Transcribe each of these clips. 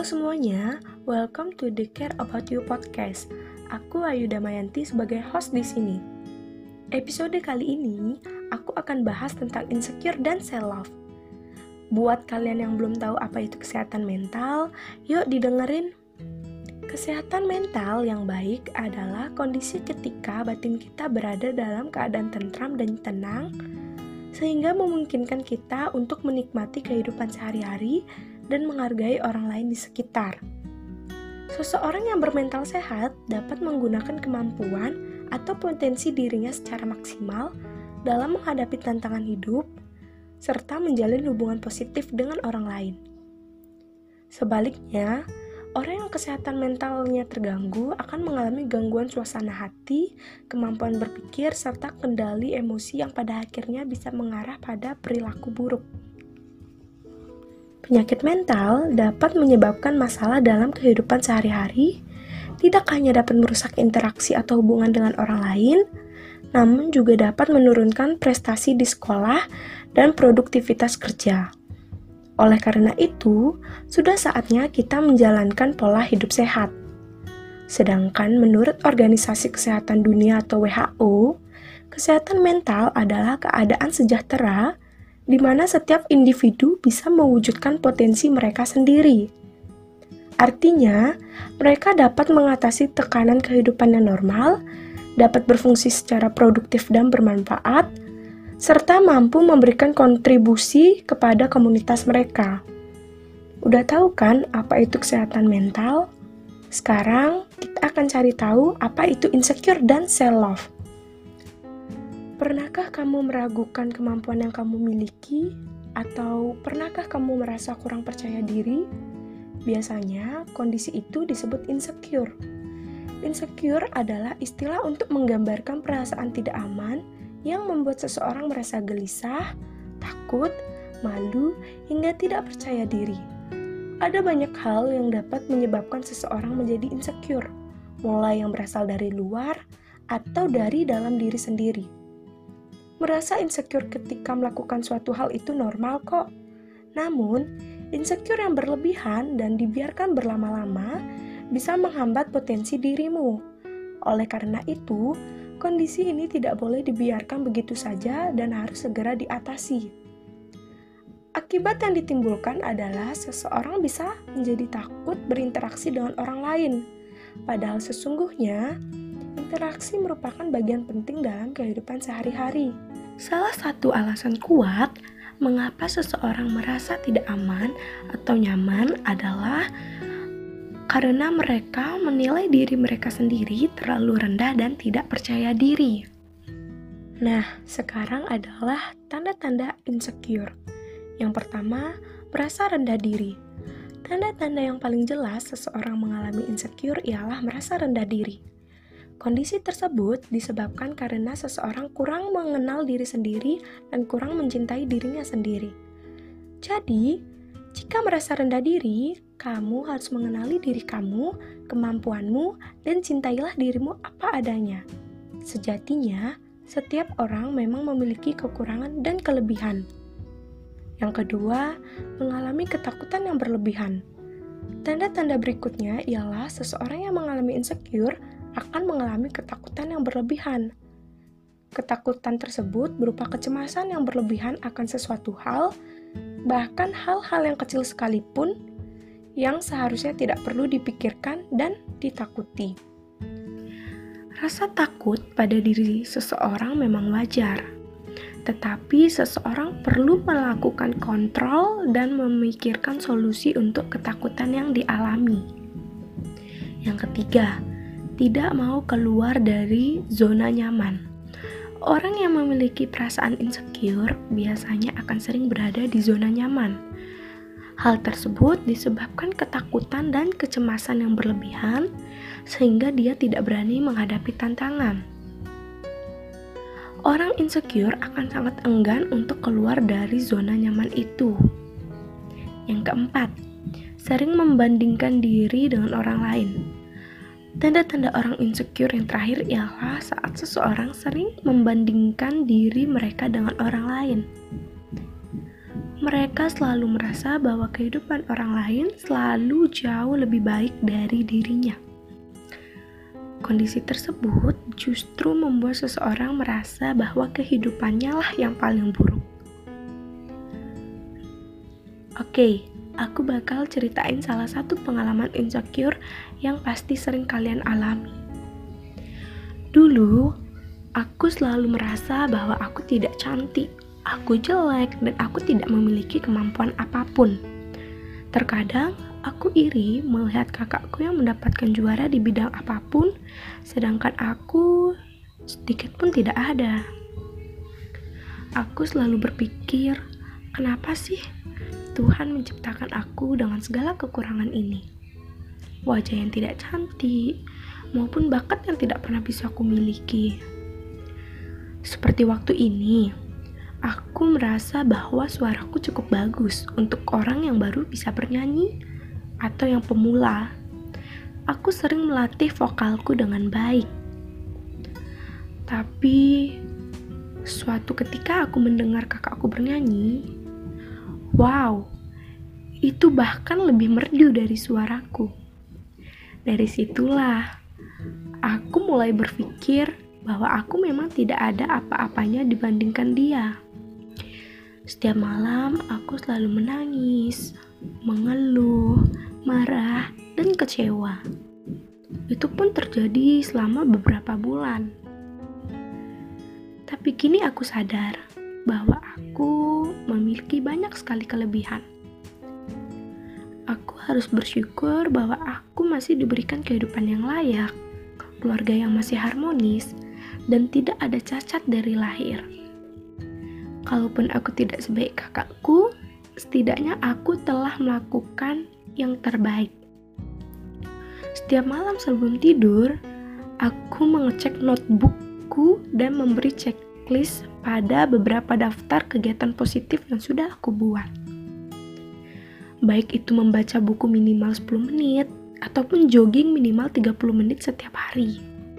semuanya, welcome to the Care About You podcast. Aku Ayu Damayanti sebagai host di sini. Episode kali ini, aku akan bahas tentang insecure dan self-love. Buat kalian yang belum tahu apa itu kesehatan mental, yuk didengerin. Kesehatan mental yang baik adalah kondisi ketika batin kita berada dalam keadaan tentram dan tenang, sehingga memungkinkan kita untuk menikmati kehidupan sehari-hari dan menghargai orang lain di sekitar. Seseorang yang bermental sehat dapat menggunakan kemampuan atau potensi dirinya secara maksimal dalam menghadapi tantangan hidup, serta menjalin hubungan positif dengan orang lain. Sebaliknya, orang yang kesehatan mentalnya terganggu akan mengalami gangguan suasana hati, kemampuan berpikir, serta kendali emosi yang pada akhirnya bisa mengarah pada perilaku buruk. Penyakit mental dapat menyebabkan masalah dalam kehidupan sehari-hari, tidak hanya dapat merusak interaksi atau hubungan dengan orang lain, namun juga dapat menurunkan prestasi di sekolah dan produktivitas kerja. Oleh karena itu, sudah saatnya kita menjalankan pola hidup sehat. Sedangkan menurut Organisasi Kesehatan Dunia atau WHO, kesehatan mental adalah keadaan sejahtera di mana setiap individu bisa mewujudkan potensi mereka sendiri. Artinya, mereka dapat mengatasi tekanan kehidupan yang normal, dapat berfungsi secara produktif dan bermanfaat, serta mampu memberikan kontribusi kepada komunitas mereka. Udah tahu kan apa itu kesehatan mental? Sekarang kita akan cari tahu apa itu insecure dan self-love. Pernahkah kamu meragukan kemampuan yang kamu miliki? Atau pernahkah kamu merasa kurang percaya diri? Biasanya, kondisi itu disebut insecure. Insecure adalah istilah untuk menggambarkan perasaan tidak aman yang membuat seseorang merasa gelisah, takut, malu, hingga tidak percaya diri. Ada banyak hal yang dapat menyebabkan seseorang menjadi insecure, mulai yang berasal dari luar atau dari dalam diri sendiri. Merasa insecure ketika melakukan suatu hal itu normal kok. Namun, insecure yang berlebihan dan dibiarkan berlama-lama bisa menghambat potensi dirimu. Oleh karena itu, kondisi ini tidak boleh dibiarkan begitu saja dan harus segera diatasi. Akibat yang ditimbulkan adalah seseorang bisa menjadi takut berinteraksi dengan orang lain. Padahal sesungguhnya, interaksi merupakan bagian penting dalam kehidupan sehari-hari. Salah satu alasan kuat mengapa seseorang merasa tidak aman atau nyaman adalah karena mereka menilai diri mereka sendiri terlalu rendah dan tidak percaya diri. Nah, sekarang adalah tanda-tanda insecure. Yang pertama, merasa rendah diri. Tanda-tanda yang paling jelas seseorang mengalami insecure ialah merasa rendah diri. Kondisi tersebut disebabkan karena seseorang kurang mengenal diri sendiri dan kurang mencintai dirinya sendiri. Jadi, jika merasa rendah diri, kamu harus mengenali diri kamu, kemampuanmu, dan cintailah dirimu apa adanya. Sejatinya, setiap orang memang memiliki kekurangan dan kelebihan. Yang kedua, mengalami ketakutan yang berlebihan. Tanda-tanda berikutnya ialah seseorang yang mengalami insecure akan mengalami ketakutan yang berlebihan. Ketakutan tersebut berupa kecemasan yang berlebihan akan sesuatu hal, bahkan hal-hal yang kecil sekalipun, yang seharusnya tidak perlu dipikirkan dan ditakuti. Rasa takut pada diri seseorang memang wajar, tetapi seseorang perlu melakukan kontrol dan memikirkan solusi untuk ketakutan yang dialami. Yang ketiga, tidak mau keluar dari zona nyaman. Orang yang memiliki perasaan insecure biasanya akan sering berada di zona nyaman. Hal tersebut disebabkan ketakutan dan kecemasan yang berlebihan, sehingga dia tidak berani menghadapi tantangan. Orang insecure akan sangat enggan untuk keluar dari zona nyaman itu. Yang keempat, sering membandingkan diri dengan orang lain. Tanda-tanda orang insecure yang terakhir ialah saat seseorang sering membandingkan diri mereka dengan orang lain. Mereka selalu merasa bahwa kehidupan orang lain selalu jauh lebih baik dari dirinya. Kondisi tersebut justru membuat seseorang merasa bahwa kehidupannya lah yang paling buruk. Oke, aku bakal ceritain salah satu pengalaman insecure yang pasti sering kalian alami. Dulu, aku selalu merasa bahwa aku tidak cantik, aku jelek, dan aku tidak memiliki kemampuan apapun. Terkadang, aku iri melihat kakakku yang mendapatkan juara di bidang apapun, sedangkan aku sedikit pun tidak ada. Aku selalu berpikir, kenapa sih Tuhan menciptakan aku dengan segala kekurangan ini? Wajah yang tidak cantik, maupun bakat yang tidak pernah bisa aku miliki. Seperti waktu ini, aku merasa bahwa suaraku cukup bagus untuk orang yang baru bisa bernyanyi atau yang pemula. Aku sering melatih vokalku dengan baik. Tapi, suatu ketika aku mendengar kakakku bernyanyi, wow, itu bahkan lebih merdu dari suaraku. Dari situlah, aku mulai berpikir bahwa aku memang tidak ada apa-apanya dibandingkan dia. Setiap malam, aku selalu menangis, mengeluh, marah, dan kecewa. Itu pun terjadi selama beberapa bulan. Tapi kini aku sadar bahwa aku memiliki banyak sekali kelebihan. Aku harus bersyukur bahwa aku masih diberikan kehidupan yang layak, keluarga yang masih harmonis, dan tidak ada cacat dari lahir. Kalaupun aku tidak sebaik kakakku, setidaknya aku telah melakukan yang terbaik. Setiap malam sebelum tidur, aku mengecek notebookku dan memberi checklist pada beberapa daftar kegiatan positif yang sudah aku buat. Baik itu membaca buku minimal 10 menit, ataupun jogging minimal 30 menit setiap hari.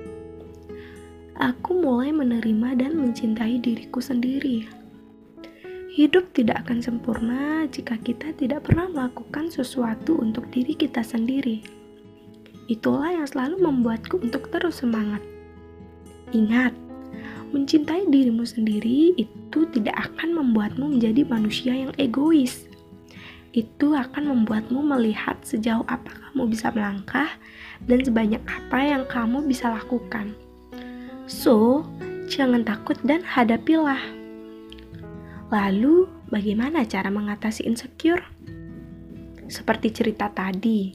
Aku mulai menerima dan mencintai diriku sendiri. Hidup tidak akan sempurna jika kita tidak pernah melakukan sesuatu untuk diri kita sendiri. Itulah yang selalu membuatku untuk terus semangat. Ingat, mencintai dirimu sendiri itu tidak akan membuatmu menjadi manusia yang egois. Itu akan membuatmu melihat sejauh apa kamu bisa melangkah dan sebanyak apa yang kamu bisa lakukan. So, jangan takut dan hadapilah. Lalu, bagaimana cara mengatasi insecure? Seperti cerita tadi.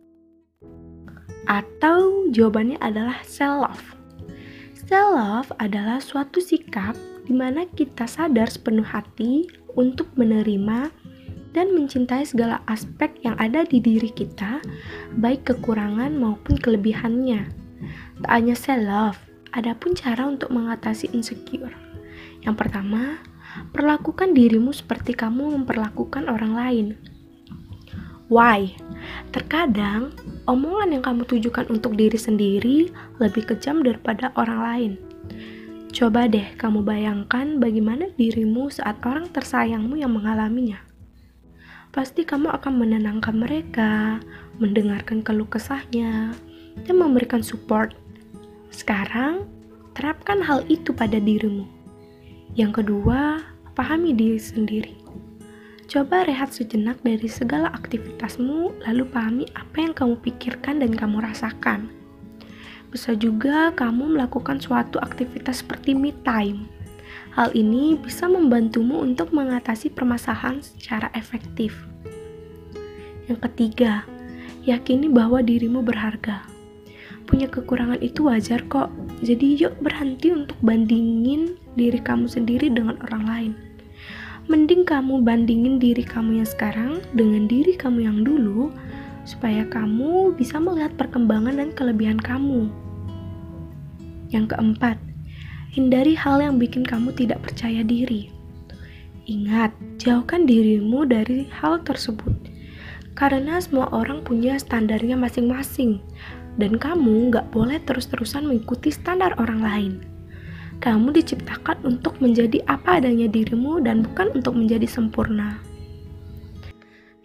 Atau jawabannya adalah self-love. Self-love adalah suatu sikap di mana kita sadar sepenuh hati untuk menerima dan mencintai segala aspek yang ada di diri kita, baik kekurangan maupun kelebihannya. Tak hanya self-love, ada pun cara untuk mengatasi insecure. Yang pertama, perlakukan dirimu seperti kamu memperlakukan orang lain. Why? Terkadang, omongan yang kamu tujukan untuk diri sendiri lebih kejam daripada orang lain. Coba deh kamu bayangkan bagaimana dirimu saat orang tersayangmu yang mengalaminya. Pasti kamu akan menenangkan mereka, mendengarkan keluh kesahnya, dan memberikan support. Sekarang, terapkan hal itu pada dirimu. Yang kedua, pahami diri sendiri. Coba rehat sejenak dari segala aktivitasmu, lalu pahami apa yang kamu pikirkan dan kamu rasakan. Bisa juga kamu melakukan suatu aktivitas seperti me time. Hal ini bisa membantumu untuk mengatasi permasalahan secara efektif. Yang ketiga, yakini bahwa dirimu berharga. Punya kekurangan itu wajar kok, jadi yuk berhenti untuk bandingin diri kamu sendiri dengan orang lain. Mending kamu bandingin diri kamu yang sekarang dengan diri kamu yang dulu, supaya kamu bisa melihat perkembangan dan kelebihan kamu. Yang keempat, hindari hal yang bikin kamu tidak percaya diri. Ingat, jauhkan dirimu dari hal tersebut. Karena semua orang punya standarnya masing-masing, dan kamu gak boleh terus-terusan mengikuti standar orang lain. Kamu diciptakan untuk menjadi apa adanya dirimu dan bukan untuk menjadi sempurna.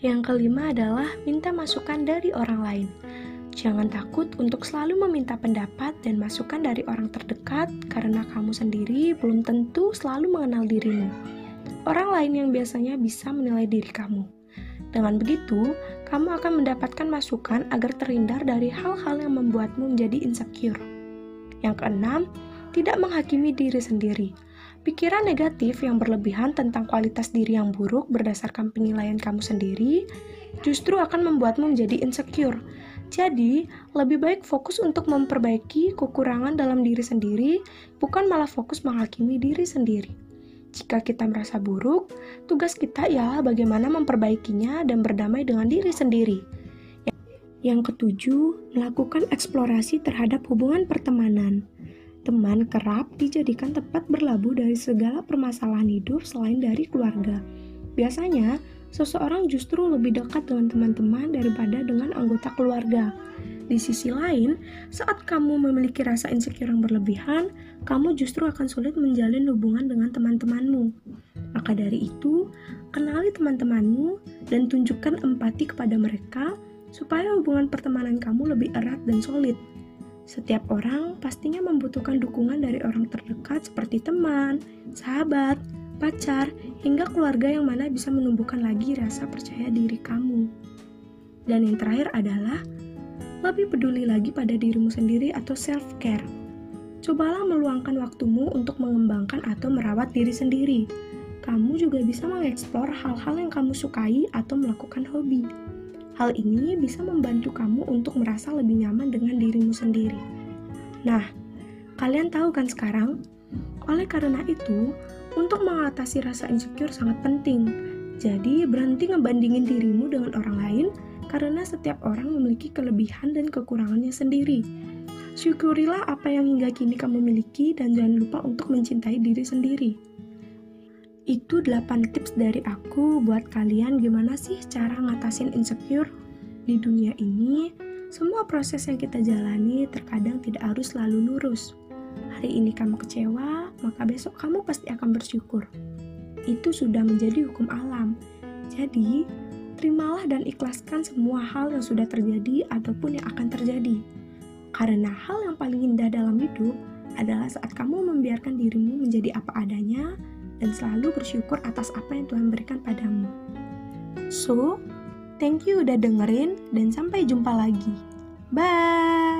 Yang kelima adalah minta masukan dari orang lain. Jangan takut untuk selalu meminta pendapat dan masukan dari orang terdekat karena kamu sendiri belum tentu selalu mengenal dirimu. Orang lain yang biasanya bisa menilai diri kamu. Dengan begitu, kamu akan mendapatkan masukan agar terhindar dari hal-hal yang membuatmu menjadi insecure. Yang keenam, tidak menghakimi diri sendiri. Pikiran negatif yang berlebihan tentang kualitas diri yang buruk berdasarkan penilaian kamu sendiri justru akan membuatmu menjadi insecure. Jadi, lebih baik fokus untuk memperbaiki kekurangan dalam diri sendiri, bukan malah fokus menghakimi diri sendiri. Jika kita merasa buruk, tugas kita ialah bagaimana memperbaikinya dan berdamai dengan diri sendiri. Yang ketujuh, melakukan eksplorasi terhadap hubungan pertemanan. Teman kerap dijadikan tempat berlabuh dari segala permasalahan hidup selain dari keluarga. Biasanya, seseorang justru lebih dekat dengan teman-teman daripada dengan anggota keluarga. Di sisi lain, saat kamu memiliki rasa insecure yang berlebihan, kamu justru akan sulit menjalin hubungan dengan teman-temanmu. Maka dari itu, kenali teman-temanmu dan tunjukkan empati kepada mereka supaya hubungan pertemanan kamu lebih erat dan solid. Setiap orang pastinya membutuhkan dukungan dari orang terdekat seperti teman, sahabat, pacar, hingga keluarga yang mana bisa menumbuhkan lagi rasa percaya diri kamu. Dan yang terakhir adalah lebih peduli lagi pada dirimu sendiri atau self-care. Cobalah meluangkan waktumu untuk mengembangkan atau merawat diri sendiri. Kamu juga bisa mengeksplor hal-hal yang kamu sukai atau melakukan hobi. Hal ini bisa membantu kamu untuk merasa lebih nyaman dengan dirimu sendiri. Nah, kalian tahu kan sekarang? Oleh karena itu, untuk mengatasi rasa insecure sangat penting. Jadi, berhenti ngebandingin dirimu dengan orang lain karena setiap orang memiliki kelebihan dan kekurangannya sendiri. Syukurilah apa yang hingga kini kamu miliki dan jangan lupa untuk mencintai diri sendiri. Itu 8 tips dari aku buat kalian gimana sih cara ngatasin insecure. Di dunia ini, semua proses yang kita jalani terkadang tidak harus selalu lurus. Hari ini kamu kecewa, maka besok kamu pasti akan bersyukur. Itu sudah menjadi hukum alam. Jadi, terimalah dan ikhlaskan semua hal yang sudah terjadi ataupun yang akan terjadi. Karena hal yang paling indah dalam hidup adalah saat kamu membiarkan dirimu menjadi apa adanya dan selalu bersyukur atas apa yang Tuhan berikan padamu. So, thank you udah dengerin dan sampai jumpa lagi. Bye!